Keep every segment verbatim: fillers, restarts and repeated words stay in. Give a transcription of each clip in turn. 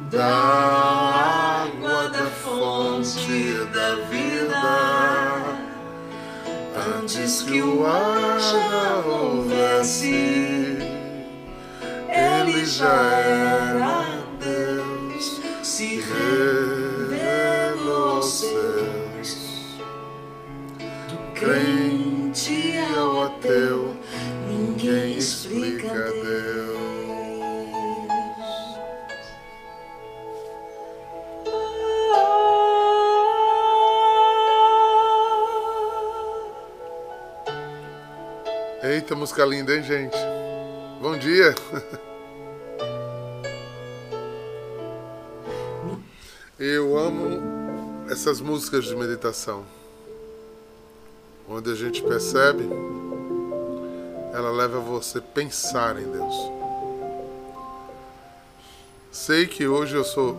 da água da fonte da vida, antes que o ar já houvesse, ele já era Deus, se revelou aos seus. Do crente ao ateu, ninguém explica Deus. Eita, música linda, hein, gente? Bom dia! Eu amo essas músicas de meditação, onde a gente percebe, ela leva você a pensar em Deus. Sei que hoje eu sou,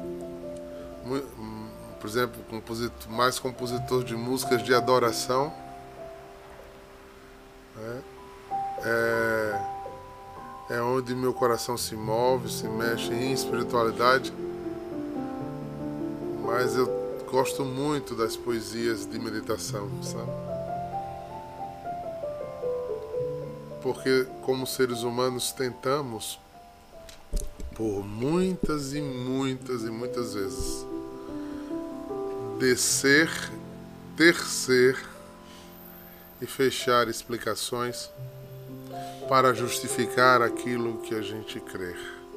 por exemplo, compositor, mais compositor de músicas de adoração. É, é onde meu coração se move, se mexe em espiritualidade. Mas eu gosto muito das poesias de meditação, sabe? Porque como seres humanos tentamos, por muitas e muitas e muitas vezes, descer, tercer e fechar explicações para justificar aquilo que a gente crê.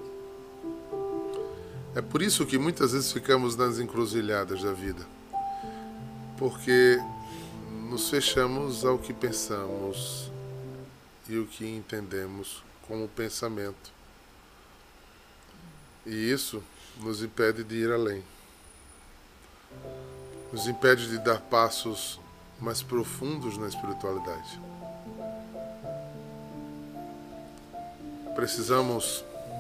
É por isso que muitas vezes ficamos nas encruzilhadas da vida, porque nos fechamos ao que pensamos e o que entendemos como pensamento. E isso nos impede de ir além, nos impede de dar passos mais profundos na espiritualidade. Precisamos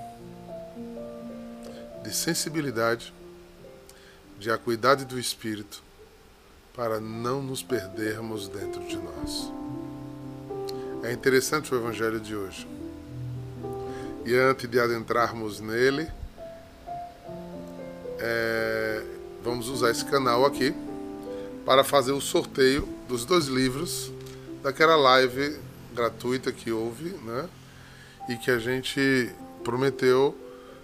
de sensibilidade, de acuidade do Espírito, para não nos perdermos dentro de nós. É interessante o Evangelho de hoje. E antes de adentrarmos nele, é, vamos usar esse canal aqui para fazer o sorteio dos dois livros daquela live gratuita que houve, né? E que a gente prometeu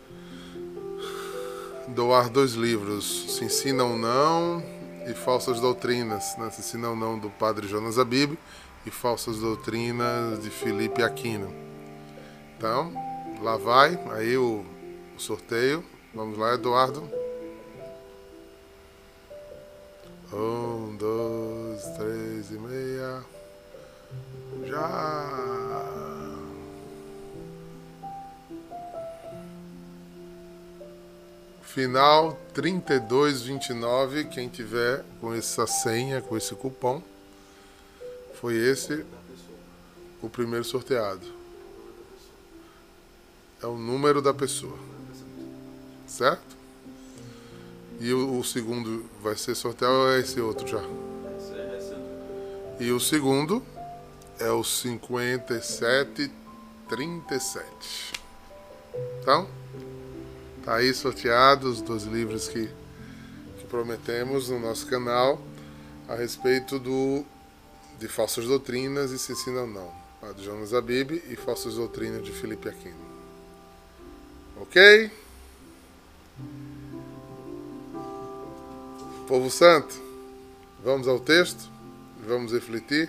doar dois livros, Se Ensina ou Não e Falsas Doutrinas, né? Se Ensina ou Não, do Padre Jonas Abib, e Falsas Doutrinas, de Felipe Aquino. Então, lá vai, aí o, o sorteio. Vamos lá, Eduardo. Um, dois, três e meia. Já! Final trinta e dois vinte e nove. Quem tiver com essa senha, com esse cupom, foi esse o primeiro sorteado. É o número da pessoa, certo? E o, o segundo vai ser sorteado ou é esse outro já? E o segundo é o cinquenta e sete trinta e sete. Então, tá aí sorteado os dois livros que, que prometemos no nosso canal a respeito do, de Falsas Doutrinas e Se Ensina ou Não, Padre Jonas Abib, e Falsas Doutrinas de Felipe Aquino. Ok? Povo Santo, vamos ao texto, vamos refletir.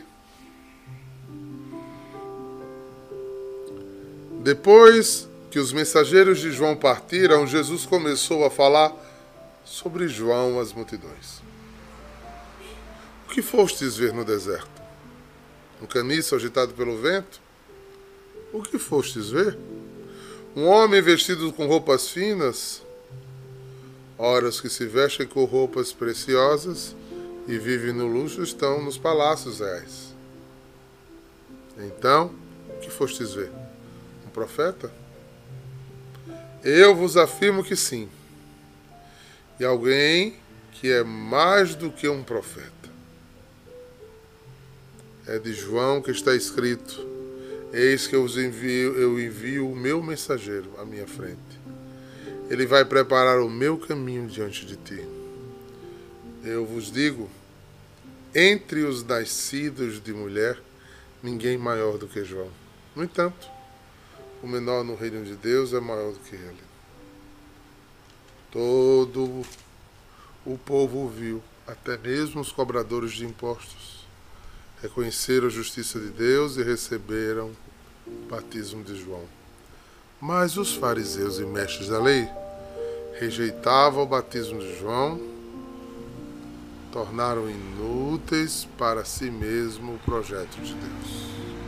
Depois que os mensageiros de João partiram, Jesus começou a falar sobre João às multidões. O que fostes ver no deserto? Um caniço agitado pelo vento? O que fostes ver? Um homem vestido com roupas finas? Ora, os que se vestem com roupas preciosas e vivem no luxo estão nos palácios reais. Então, o que fostes ver? Um profeta? Eu vos afirmo que sim. E alguém que é mais do que um profeta. É de João que está escrito: eis que eu os envio, eu envio o meu mensageiro à minha frente. Ele vai preparar o meu caminho diante de ti. Eu vos digo, entre os nascidos de mulher, ninguém maior do que João. No entanto, o menor no reino de Deus é maior do que ele. Todo o povo viu, até mesmo os cobradores de impostos, reconheceram a justiça de Deus e receberam o batismo de João. Mas os fariseus e mestres da lei rejeitavam o batismo de João, tornaram inúteis para si mesmo o projeto de Deus.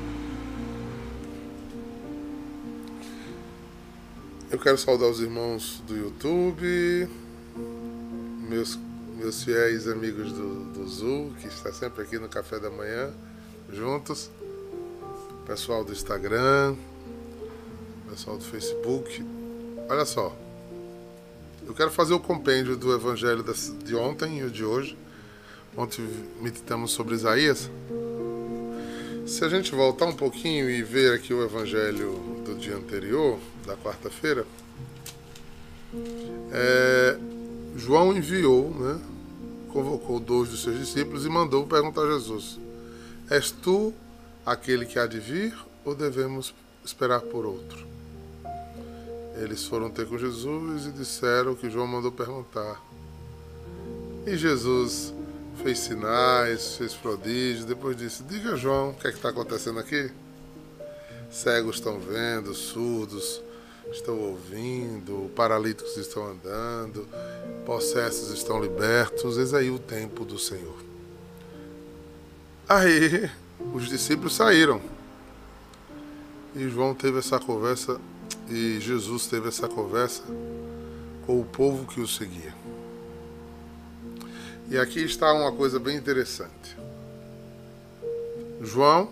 Eu quero saudar os irmãos do YouTube, meus, meus fiéis amigos do, do Zul, que está sempre aqui no café da manhã, juntos, pessoal do Instagram, pessoal do Facebook. Olha só, eu quero fazer o compêndio do evangelho de ontem e o de hoje. Ontem meditamos sobre Isaías. Se a gente voltar um pouquinho e ver aqui o evangelho do dia anterior, da quarta-feira, é, João enviou, né, convocou dois dos seus discípulos e mandou perguntar a Jesus: és tu aquele que há de vir ou devemos esperar por outro? Eles foram ter com Jesus e disseram que João mandou perguntar. E Jesus fez sinais, fez prodígios, depois disse: diga a João o que é que está acontecendo aqui. Cegos estão vendo, surdos estão ouvindo, paralíticos estão andando, possessos estão libertos, eis aí o tempo do Senhor. Aí os discípulos saíram e João teve essa conversa, e Jesus teve essa conversa com o povo que o seguia. E aqui está uma coisa bem interessante. João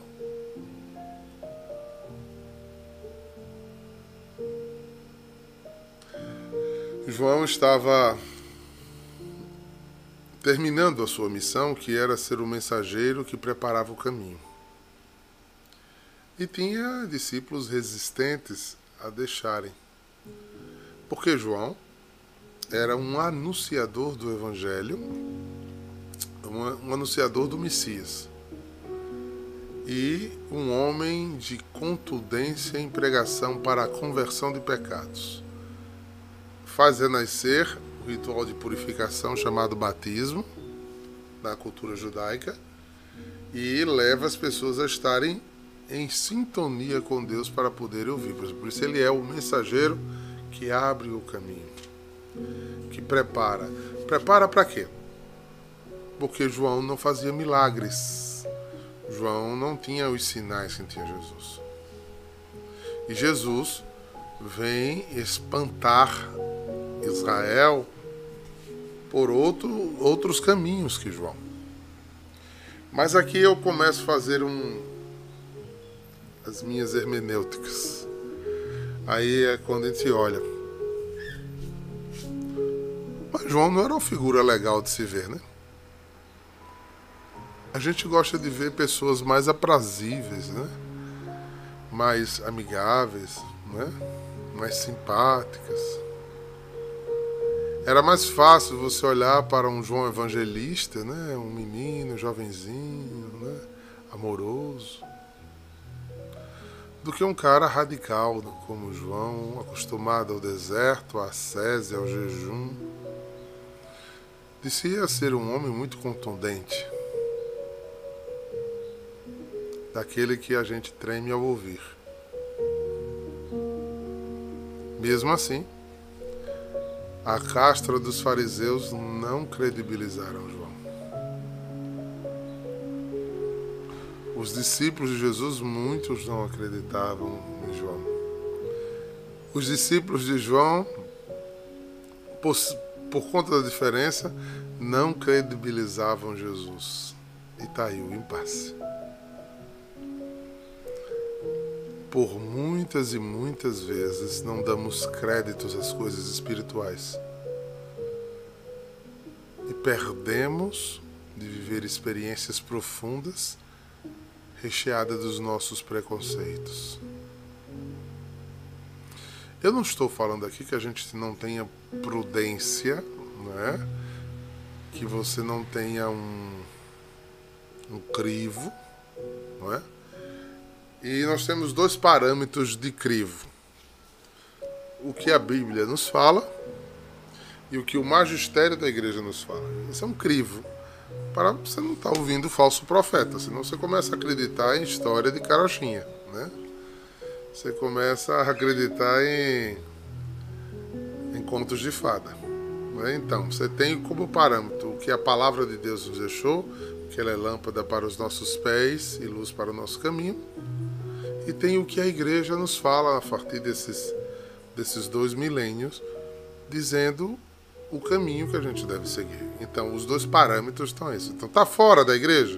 João estava terminando a sua missão, que era ser o mensageiro que preparava o caminho. E tinha discípulos resistentes a deixarem. Porque João era um anunciador do Evangelho, um anunciador do Messias. E um homem de contundência em pregação para a conversão de pecados. Faz renascer o ritual de purificação chamado batismo, na cultura judaica, e leva as pessoas a estarem em sintonia com Deus para poderem ouvir. Por isso ele é o mensageiro que abre o caminho, que prepara. Prepara para quê? Porque João não fazia milagres. João não tinha os sinais que tinha Jesus. E Jesus vem espantar Israel por outro, outros caminhos que João. Mas aqui eu começo a fazer um, as minhas hermenêuticas. Aí é quando a gente olha. Mas João não era uma figura legal de se ver, né? A gente gosta de ver pessoas mais aprazíveis, né? Mais amigáveis, né? Mais simpáticas. Era mais fácil você olhar para um João evangelista, né? Um menino, jovenzinho, né? Amoroso, do que um cara radical como João, acostumado ao deserto, à ascese, ao jejum. Dizia ser um homem muito contundente, daquele que a gente treme ao ouvir. Mesmo assim, a castra dos fariseus não credibilizaram João. Os discípulos de Jesus, muitos não acreditavam em João. Os discípulos de João, por, por conta da diferença, não credibilizavam Jesus. E está aí o impasse. Por muitas e muitas vezes não damos créditos às coisas espirituais e perdemos de viver experiências profundas recheadas dos nossos preconceitos. Eu não estou falando aqui que a gente não tenha prudência, né? Que você não tenha um, um crivo, não é? E nós temos dois parâmetros de crivo. O que a Bíblia nos fala e o que o magistério da igreja nos fala. Isso é um crivo para você não estar ouvindo falso profeta, senão você começa a acreditar em história de carochinha, né? Você começa a acreditar em, em contos de fada, né? Então, você tem como parâmetro o que a palavra de Deus nos deixou, que ela é lâmpada para os nossos pés e luz para o nosso caminho, e tem o que a igreja nos fala a partir desses, desses dois milênios, dizendo o caminho que a gente deve seguir. Então, os dois parâmetros estão esses. Então, está fora da igreja?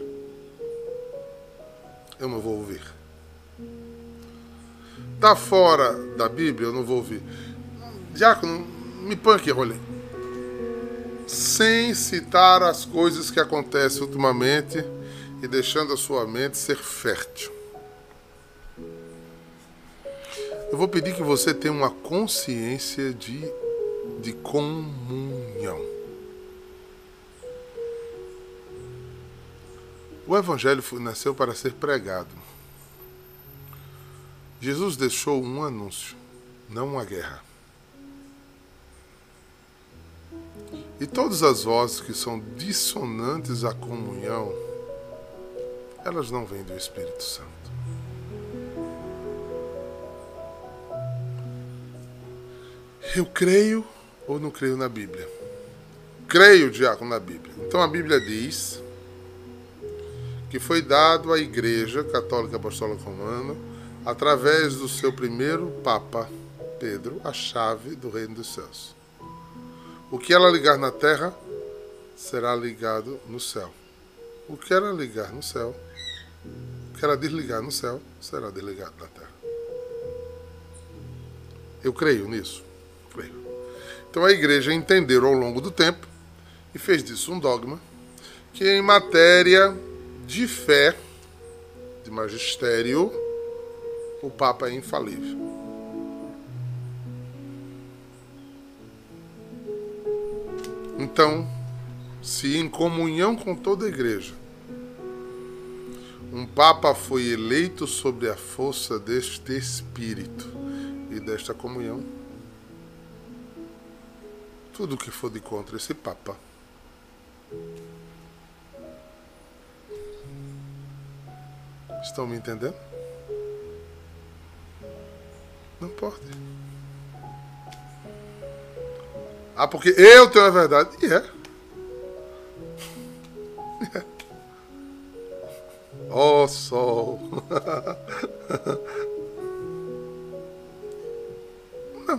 Eu não vou ouvir. Está fora da Bíblia? Eu não vou ouvir. Diácono, me põe aqui, olha. Sem citar as coisas que acontecem ultimamente e deixando a sua mente ser fértil. Eu vou pedir que você tenha uma consciência de de comunhão. O Evangelho nasceu para ser pregado. Jesus deixou um anúncio, não uma guerra. E todas as vozes que são dissonantes à comunhão, elas não vêm do Espírito Santo. Eu creio ou não creio na Bíblia? Creio, diácono, na Bíblia. Então a Bíblia diz que foi dado à Igreja Católica Apostólica Romana, através do seu primeiro Papa, Pedro, a chave do reino dos céus. O que ela ligar na terra, será ligado no céu. O que ela ligar no céu, o que ela desligar no céu, será desligado na terra. Eu creio nisso? Creio. Então a igreja entendeu ao longo do tempo e fez disso um dogma, que em matéria de fé, de magistério, o Papa é infalível. Então, se em comunhão com toda a igreja, um Papa foi eleito sobre a força deste Espírito e desta comunhão, tudo que for de contra esse Papa estão me entendendo? Não pode. Ah, porque eu tenho a verdade. E é. É. Ó sol. Não.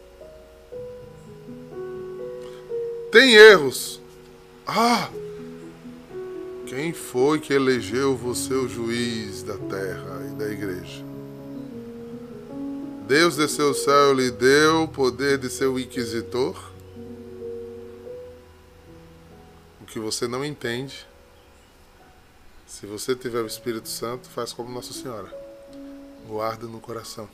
Tem erros. Ah! Quem foi que elegeu você o juiz da terra e da igreja? Deus desceu o céu e lhe deu o poder de ser o inquisitor? O que você não entende, se você tiver o Espírito Santo, faz como Nossa Senhora. Guarda no coração.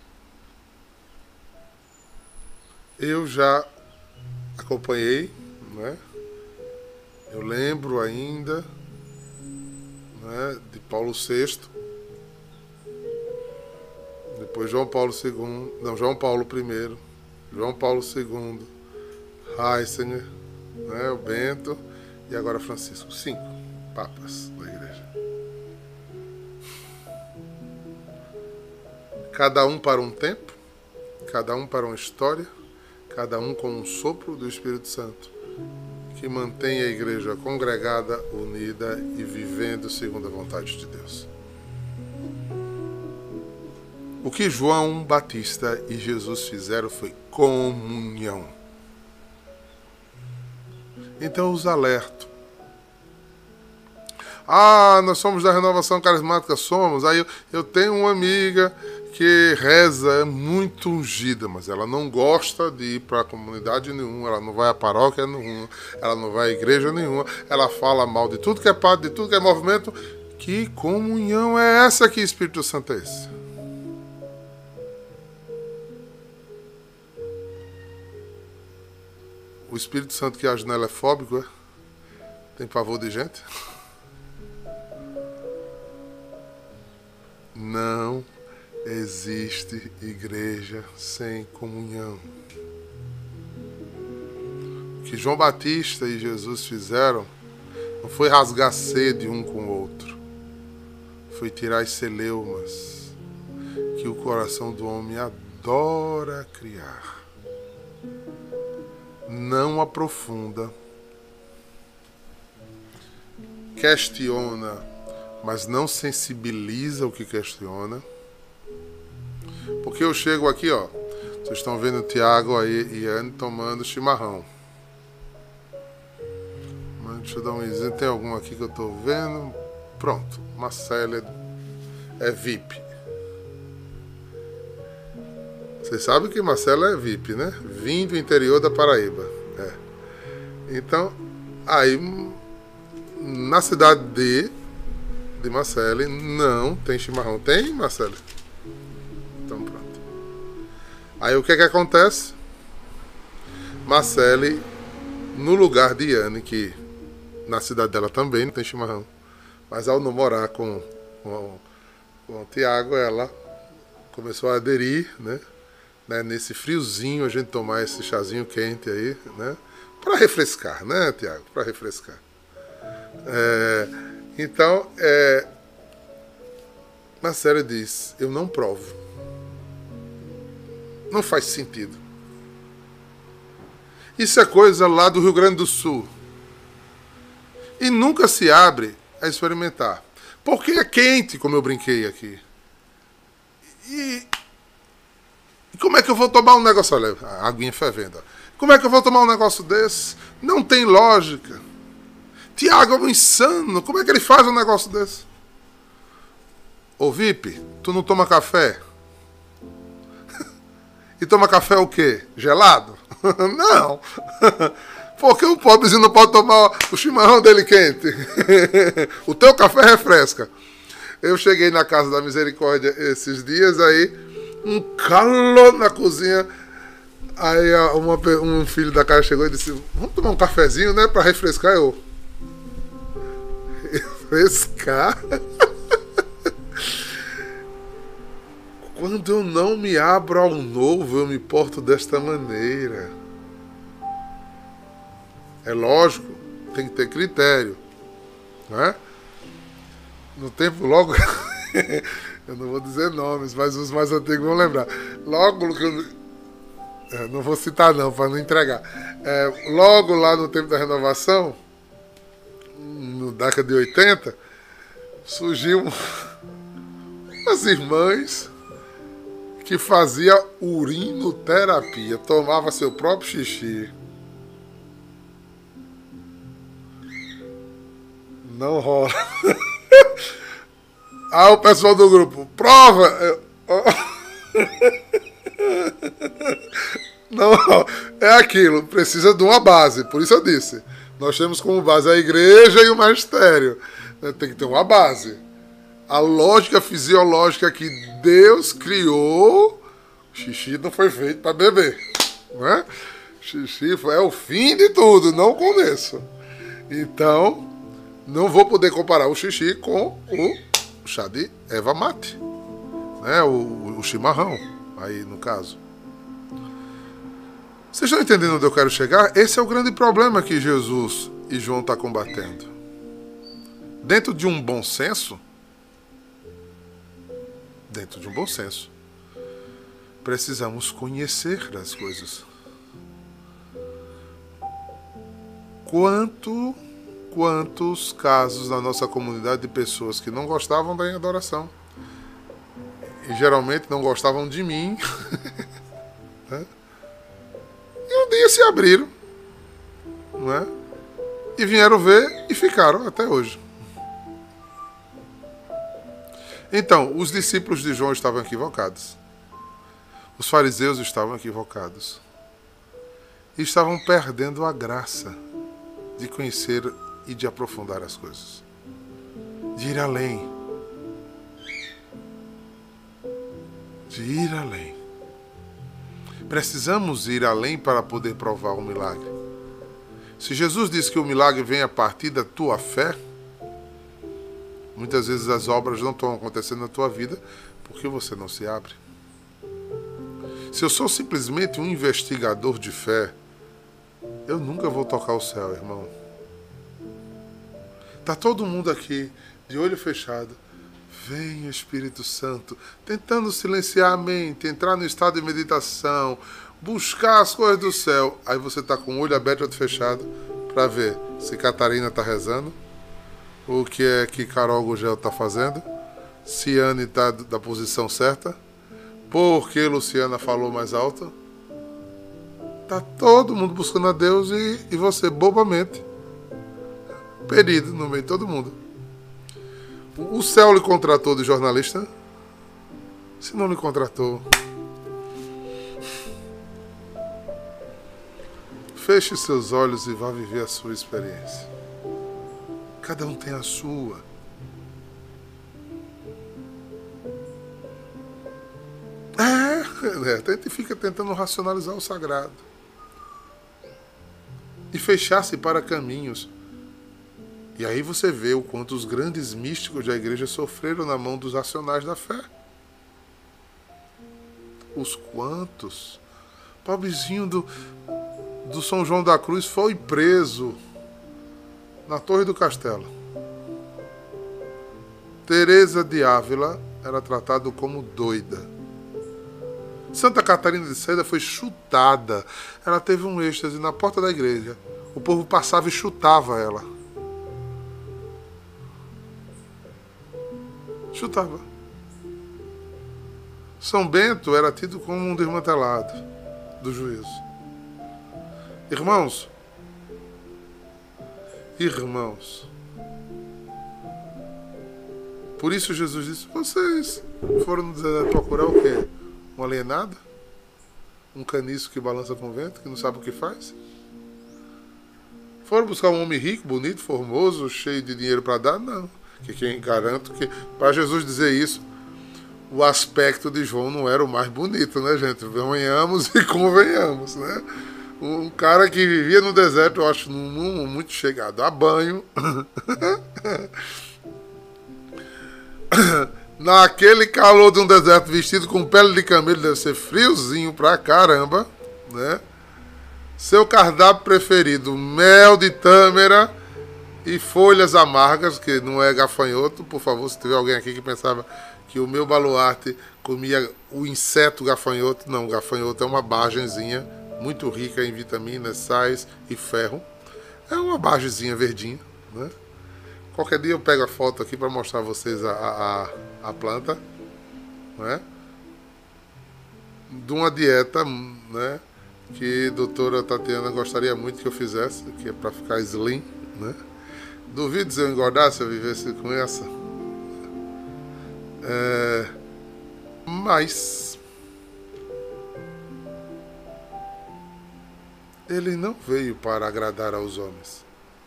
Eu já acompanhei, né? Eu lembro ainda, né, de Paulo sexto, depois João Paulo segundo, não, João Paulo primeiro, João Paulo segundo, Ratzinger, né, o Bento e agora Francisco. Cinco papas da igreja. Cada um para um tempo, cada um para uma história, cada um com um sopro do Espírito Santo, que mantém a igreja congregada, unida e vivendo segundo a vontade de Deus. O que João Batista e Jesus fizeram foi comunhão. Então os alerto. Ah, nós somos da Renovação Carismática, somos. Aí eu, eu tenho uma amiga que reza, é muito ungida, mas ela não gosta de ir para a comunidade nenhuma, ela não vai à paróquia nenhuma, ela não vai à igreja nenhuma, ela fala mal de tudo que é padre, de tudo que é movimento. Que comunhão é essa? Que Espírito Santo é esse? O Espírito Santo que age nela é fóbico, é? Tem pavor de gente? Não existe igreja sem comunhão. O que João Batista e Jesus fizeram não foi rasgar sede um com o outro, foi tirar as celeumas que o coração do homem adora criar. Não aprofunda, questiona, mas não sensibiliza o que questiona. Porque eu chego aqui, ó, vocês estão vendo o Tiago aí e Anne tomando chimarrão. Mas deixa eu dar um exemplo, tem algum aqui que eu tô vendo? Pronto, Marcelo é, é V I P. Vocês sabem que Marcelo é V I P, né? Vim do interior da Paraíba. É. Então, aí, na cidade de, de Marcelo, não tem chimarrão. Tem, Marcelo? Então, pronto. Aí, o que é que acontece? Marcelo, no lugar de Anne, que na cidade dela também não tem chimarrão, mas ao não morar com, com, com o Tiago, ela começou a aderir, né? Né, nesse friozinho, a gente tomar esse chazinho quente aí, né? Para refrescar, né, Tiago? Para refrescar. É, então, é, Marcelo diz, eu não provo. Não faz sentido. Isso é coisa lá do Rio Grande do Sul. E nunca se abre a experimentar. Porque é quente, como eu brinquei aqui. E... E como é que eu vou tomar um negócio? Olha, a aguinha fervendo. Como é que eu vou tomar um negócio desse? Não tem lógica. Tiago é um insano. Como é que ele faz um negócio desse? Ô V I P, tu não toma café? E toma café o quê? Gelado? Não. Porque o pobrezinho não pode tomar o chimarrão dele quente. O teu café refresca. Eu cheguei na Casa da Misericórdia esses dias aí, um calor na cozinha. Aí uma, um filho da casa chegou e disse, vamos tomar um cafezinho, né? Pra refrescar. Eu... Refrescar? Quando eu não me abro ao novo, eu me porto desta maneira. É lógico, tem que ter critério. Não é? No tempo logo... Eu não vou dizer nomes, mas os mais antigos vão lembrar. Logo que eu... é, não vou citar não, para não entregar. É, logo lá no tempo da renovação, no década de oitenta, surgiu umas irmãs que fazia urinoterapia, tomava seu próprio xixi. Não rola. Ah, o pessoal do grupo, prova! Não, é aquilo, precisa de uma base, por isso eu disse. Nós temos como base a igreja e o magistério. Tem que ter uma base. A lógica fisiológica que Deus criou, xixi não foi feito para beber. Não é? Xixi é o fim de tudo, não o começo. Então, não vou poder comparar o xixi com o chá de erva mate, né? o, o chimarrão, aí no caso. Vocês estão entendendo onde eu quero chegar? Esse é o grande problema que Jesus e João estão combatendo. Dentro de um bom senso, dentro de um bom senso, precisamos conhecer as coisas. Quanto... Quantos casos na nossa comunidade de pessoas que não gostavam da adoração e geralmente não gostavam de mim, né? E um dia se abriram, não é? E vieram ver e ficaram até hoje. Então, os discípulos de João estavam equivocados. Os fariseus estavam equivocados. E estavam perdendo a graça de conhecer e de aprofundar as coisas. De ir além. De ir além. Precisamos ir além para poder provar o milagre. Se Jesus disse que o milagre vem a partir da tua fé, muitas vezes as obras não estão acontecendo na tua vida porque você não se abre. Se eu sou simplesmente um investigador de fé, eu nunca vou tocar o céu, irmão. Está todo mundo aqui, de olho fechado. Vem, Espírito Santo, tentando silenciar a mente, entrar no estado de meditação, buscar as coisas do céu. Aí você está com o olho aberto e outro fechado para ver se Catarina está rezando, o que é que Carol Gugel está fazendo, se Anne está da posição certa, por que Luciana falou mais alto. Está todo mundo buscando a Deus e, e você, bobamente, perdido no meio de todo mundo. O céu lhe contratou de jornalista? Se não lhe contratou, feche seus olhos e vá viver a sua experiência. Cada um tem a sua. É, né? A gente fica tentando racionalizar o sagrado e fechar-se para caminhos. E aí você vê o quanto os grandes místicos da igreja sofreram na mão dos racionais da fé. Os quantos? Pobrezinho do, do São João da Cruz foi preso na Torre do Castelo. Teresa de Ávila era tratada como doida. Santa Catarina de Sena foi chutada. Ela teve um êxtase na porta da igreja. O povo passava e chutava ela. Chutava. São Bento era tido como um desmantelado do juízo. Irmãos, irmãos, por isso Jesus disse, vocês foram no deserto procurar o quê? Um alienado? Um caniço que balança com o vento, que não sabe o que faz? Foram buscar um homem rico, bonito, formoso, cheio de dinheiro para dar? Não. Que quem garanto que, para Jesus dizer isso, o aspecto de João não era o mais bonito, né, gente? Venhamos e convenhamos, né? Um cara que vivia no deserto, eu acho muito chegado a banho. Naquele calor de um deserto, vestido com pele de camelo, deve ser friozinho pra caramba, né? Seu cardápio preferido, mel de tâmara e folhas amargas, que não é gafanhoto. Por favor, se tiver alguém aqui que pensava que o meu baluarte comia o inseto gafanhoto, não, gafanhoto é uma bargenzinha muito rica em vitaminas, sais e ferro. É uma bargenzinha verdinha, né? Qualquer dia eu pego a foto aqui para mostrar a vocês a, a, a planta, né? De uma dieta, né, que a doutora Tatiana gostaria muito que eu fizesse, que é para ficar slim, né? Duvido se eu engordasse se eu vivesse com essa. É, mas ele não veio para agradar aos homens.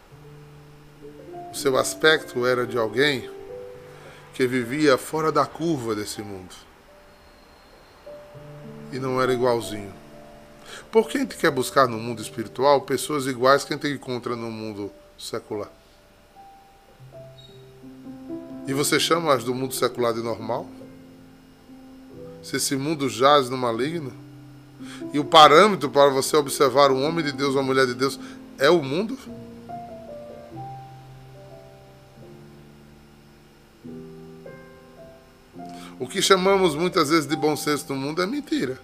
O seu aspecto era de alguém que vivia fora da curva desse mundo. E não era igualzinho. Por que a gente quer buscar no mundo espiritual pessoas iguais que a gente encontra no mundo secular? E você chama as do mundo secular de normal? Se esse mundo jaz no maligno? E o parâmetro para você observar um homem de Deus ou uma mulher de Deus é o mundo? O que chamamos muitas vezes de bom senso no mundo é mentira.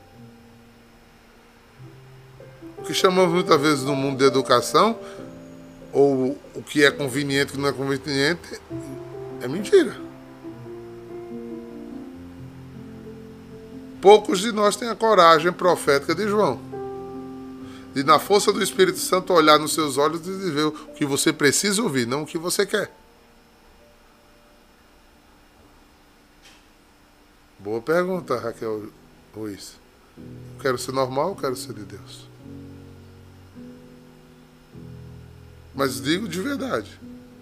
O que chamamos muitas vezes no mundo de educação, ou o que é conveniente e o que não é conveniente, é mentira. Poucos de nós têm a coragem profética de João, de, na força do Espírito Santo, olhar nos seus olhos e dizer o que você precisa ouvir, não o que você quer. Boa pergunta, Raquel Ruiz. Eu quero ser normal ou quero ser de Deus? Mas digo de verdade.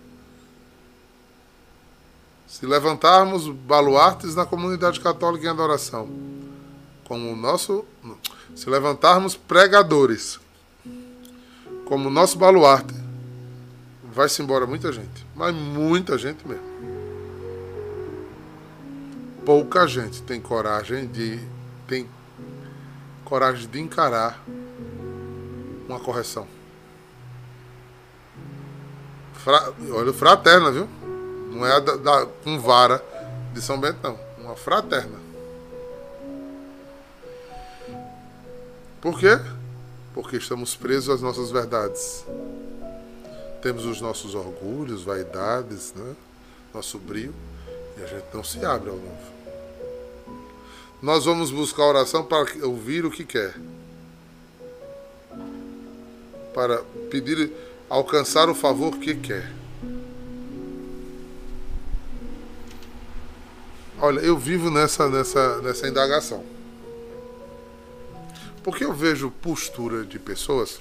Se levantarmos baluartes na comunidade católica em adoração, como o nosso... Se levantarmos pregadores, como nosso baluarte, vai-se embora muita gente. Mas muita gente mesmo. Pouca gente tem coragem de tem coragem de encarar uma correção. Fra, olha, fraterna, viu? Não é a da, da, com vara de São Bento, não. Uma fraterna. Por quê? Porque estamos presos às nossas verdades. Temos os nossos orgulhos, vaidades, né? Nosso brio, e a gente não se abre ao novo. Nós vamos buscar oração para ouvir o que quer. Para pedir, alcançar o favor que quer. Olha, eu vivo nessa, nessa, nessa indagação. Porque eu vejo postura de pessoas.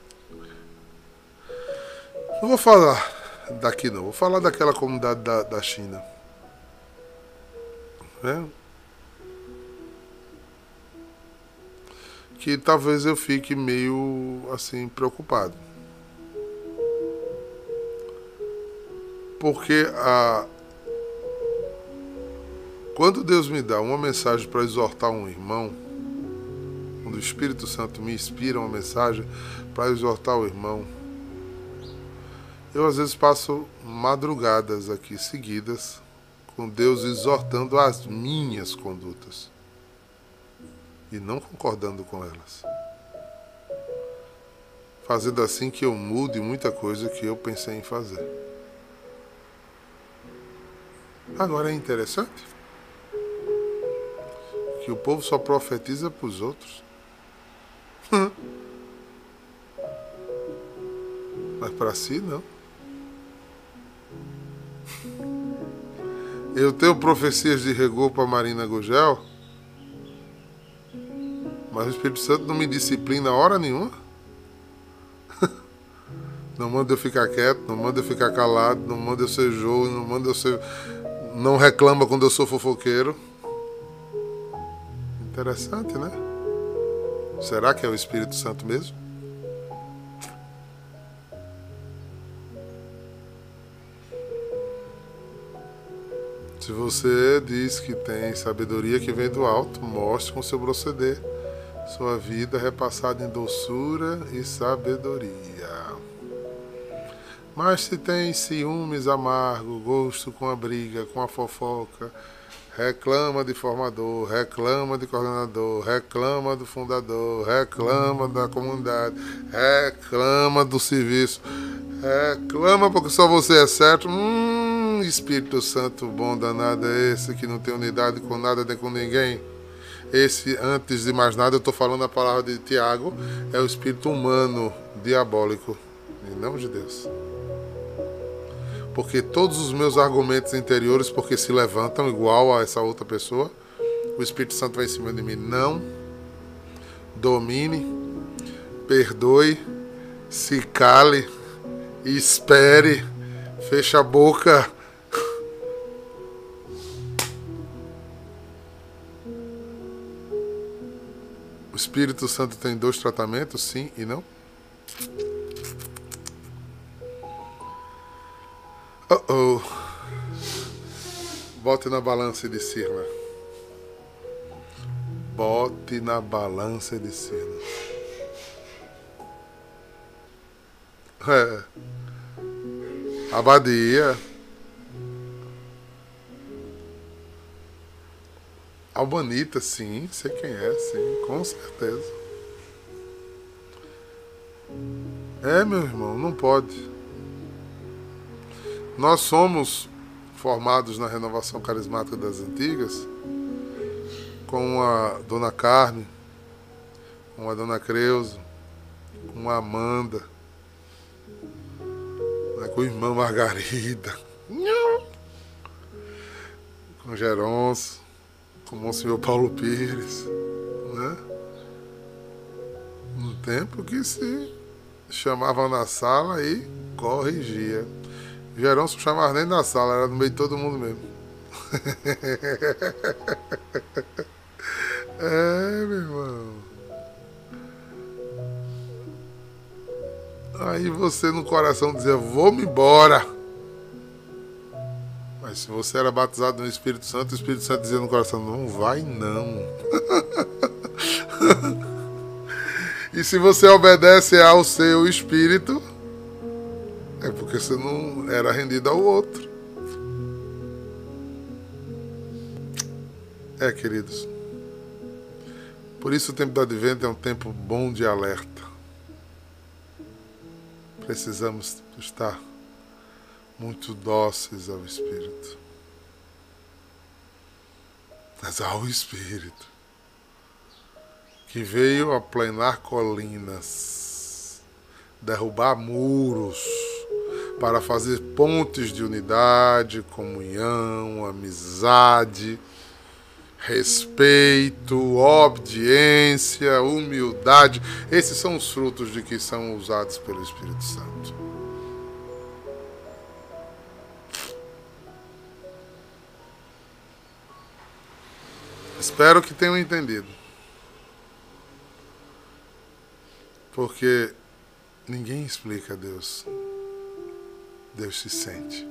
Não vou falar daqui não, vou falar daquela comunidade da, da China. Né? Que talvez eu fique meio assim preocupado. Porque a... quando Deus me dá uma mensagem para exortar um irmão, quando o Espírito Santo me inspira uma mensagem para exortar o irmão, eu às vezes passo madrugadas aqui seguidas com Deus exortando as minhas condutas e não concordando com elas, fazendo assim que eu mude muita coisa que eu pensei em fazer. Agora é interessante que o povo só profetiza para os outros, mas para si não. Eu tenho profecias de rigor para Marina Gugel, mas o Espírito Santo não me disciplina hora nenhuma. Não manda eu ficar quieto, não manda eu ficar calado, não manda eu ser jogo, não manda eu ser... não reclama quando eu sou fofoqueiro. Interessante, né? Será que é o Espírito Santo mesmo? Se você diz que tem sabedoria que vem do alto, mostre com seu proceder sua vida repassada em doçura e sabedoria. Mas se tem ciúmes amargo, gosto com a briga, com a fofoca, reclama de formador, reclama de coordenador, reclama do fundador, reclama da comunidade, reclama do serviço, reclama porque só você é certo. Hum, Espírito Santo bom danado é esse que não tem unidade com nada nem com ninguém. Esse, antes de mais nada, eu estou falando a palavra de Tiago, é o espírito humano diabólico, em nome de Deus. Porque todos os meus argumentos interiores, porque se levantam igual a essa outra pessoa, o Espírito Santo vai em cima de mim. Não domine, perdoe, se cale, espere, feche a boca. O Espírito Santo tem dois tratamentos, sim e não? Oh, oh. Bote na balança e discirna. Bote na balança e discirna. É. Abadia. Albanita, sim, sei quem é, sim, com certeza. É, meu irmão, não pode. Nós somos formados na renovação carismática das antigas, com a Dona Carmen, com a Dona Creuza, com a Amanda, né, com a irmã Margarida, com o Geronço, com o Monsenhor Paulo Pires, né? No tempo que se chamavam na sala e corrigia. Geronço não chamava nem na sala, era no meio de todo mundo mesmo. É, meu irmão. Aí você no coração dizia, vou-me embora. Mas se você era batizado no Espírito Santo, o Espírito Santo dizia no coração, não vai não. E se você obedece ao seu Espírito, é porque você não era rendido ao outro. É, queridos. Por isso o tempo do Advento é um tempo bom de alerta. Precisamos estar muito dóceis ao Espírito. Mas ao Espírito, que veio aplanar colinas, derrubar muros, para fazer pontes de unidade, comunhão, amizade, respeito, obediência, humildade. Esses são os frutos de que são usados pelo Espírito Santo. Espero que tenham entendido. Porque ninguém explica a Deus. Deus se sente.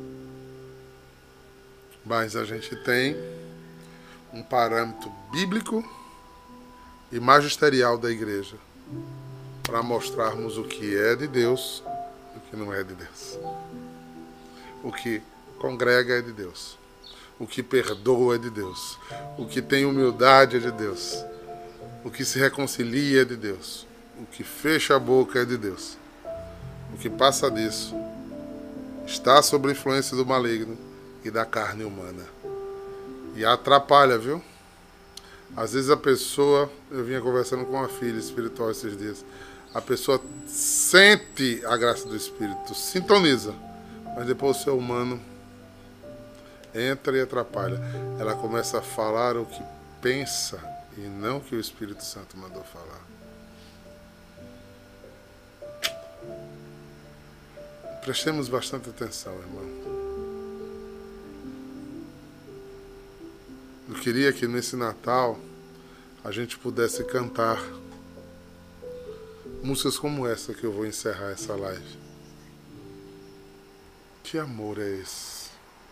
Mas a gente tem um parâmetro bíblico e magisterial da igreja para mostrarmos o que é de Deus e o que não é de Deus. O que congrega é de Deus. O que perdoa é de Deus. O que tem humildade é de Deus. O que se reconcilia é de Deus. O que fecha a boca é de Deus. O que passa disso está sob a influência do maligno e da carne humana. E atrapalha, viu? Às vezes a pessoa, eu vinha conversando com uma filha espiritual esses dias, a pessoa sente a graça do Espírito, sintoniza, mas depois o ser humano entra e atrapalha. Ela começa a falar o que pensa e não o que o Espírito Santo mandou falar. Prestemos bastante atenção, irmão. Eu queria que nesse Natal a gente pudesse cantar músicas como essa que eu vou encerrar essa live. Que amor é esse?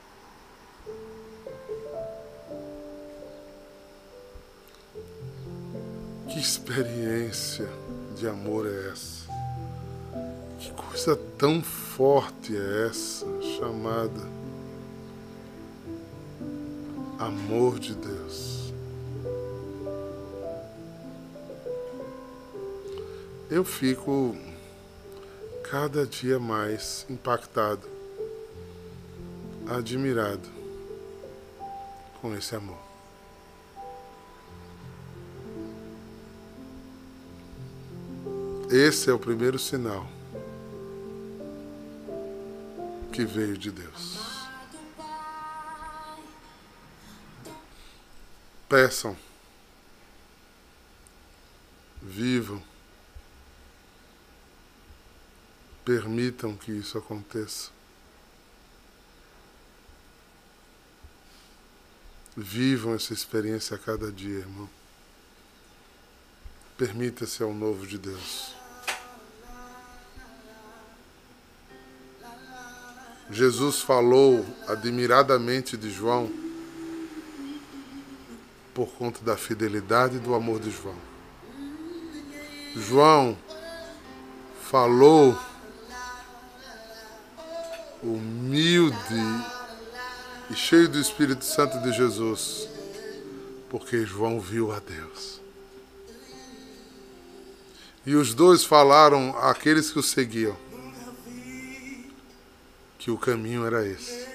Que experiência de amor é essa? Que coisa tão forte é essa, chamada amor de Deus. Eu fico cada dia mais impactado, admirado com esse amor. Esse é o primeiro sinal que veio de Deus. Peçam, vivam, permitam que isso aconteça. Vivam essa experiência a cada dia, irmão. Permita-se ao novo de Deus. Jesus falou admiradamente de João por conta da fidelidade e do amor de João. João falou humilde e cheio do Espírito Santo de Jesus, porque João viu a Deus. E os dois falaram àqueles que o seguiam que o caminho era esse.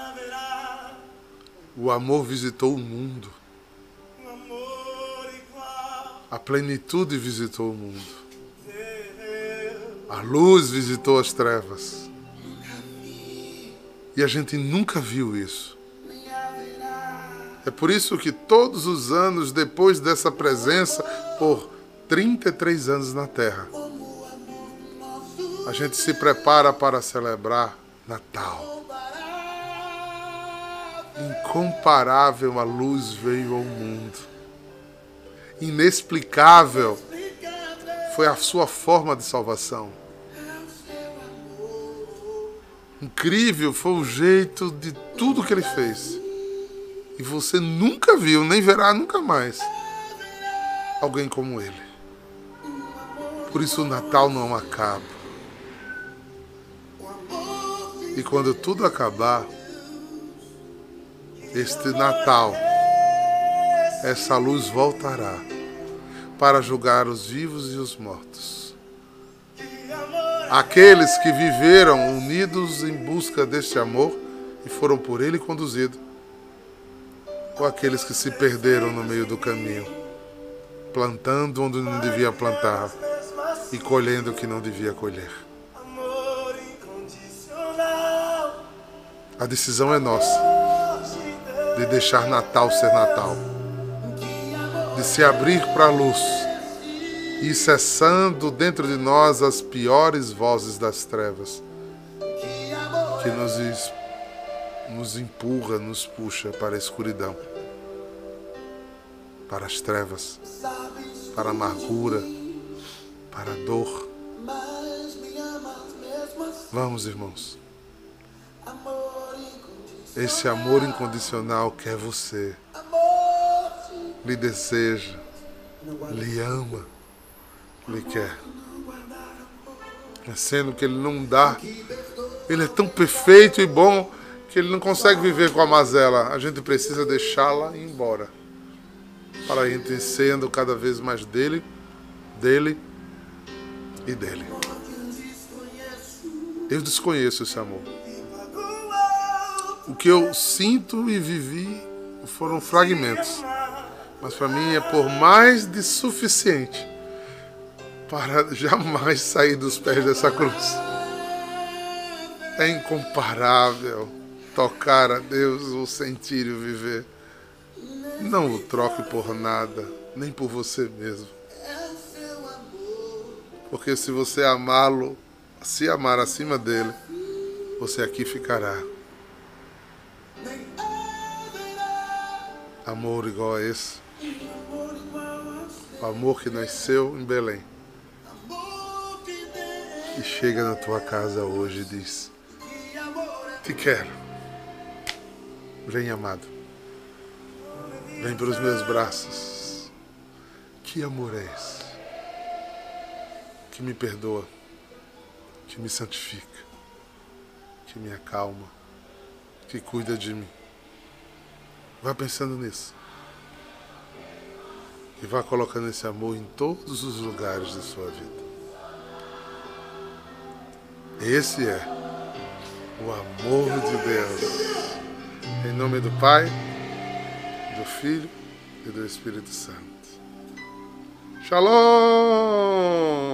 O amor visitou o mundo. A plenitude visitou o mundo. A luz visitou as trevas. E a gente nunca viu isso. É por isso que todos os anos, depois dessa presença, por trinta e três anos na Terra, a gente se prepara para celebrar Natal. Incomparável a luz veio ao mundo. Inexplicável foi a sua forma de salvação. Incrível foi o jeito de tudo que ele fez. E você nunca viu, nem verá nunca mais alguém como ele. Por isso o Natal não acaba. E quando tudo acabar, este Natal, essa luz voltará para julgar os vivos e os mortos. Aqueles que viveram unidos em busca deste amor e foram por ele conduzidos, ou aqueles que se perderam no meio do caminho, plantando onde não devia plantar e colhendo o que não devia colher. A decisão é nossa, de deixar Natal ser Natal, de se abrir para a luz e cessando dentro de nós as piores vozes das trevas que nos, nos empurra, nos puxa para a escuridão, para as trevas, para a amargura, para a dor. Vamos, irmãos. Esse amor incondicional quer você, lhe deseja, lhe ama, lhe quer. Sendo que ele não dá, ele é tão perfeito e bom que ele não consegue viver com a mazela. A gente precisa deixá-la ir embora, para a gente sendo cada vez mais dele, dele e dele. Eu desconheço esse amor. O que eu sinto e vivi foram fragmentos, mas para mim é por mais de suficiente para jamais sair dos pés dessa cruz. É incomparável tocar a Deus, o sentir e o viver. Não o troque por nada, nem por você mesmo. Porque se você amá-lo, se amar acima dele, você aqui ficará. Amor igual a esse, o amor que nasceu em Belém e chega na tua casa hoje e diz: te quero, vem amado, vem para os meus braços. Que amor é esse? Que me perdoa, que me santifica, que me acalma, que cuida de mim. Vá pensando nisso. E vá colocando esse amor em todos os lugares de sua vida. Esse é o amor de Deus. Em nome do Pai, do Filho e do Espírito Santo. Shalom!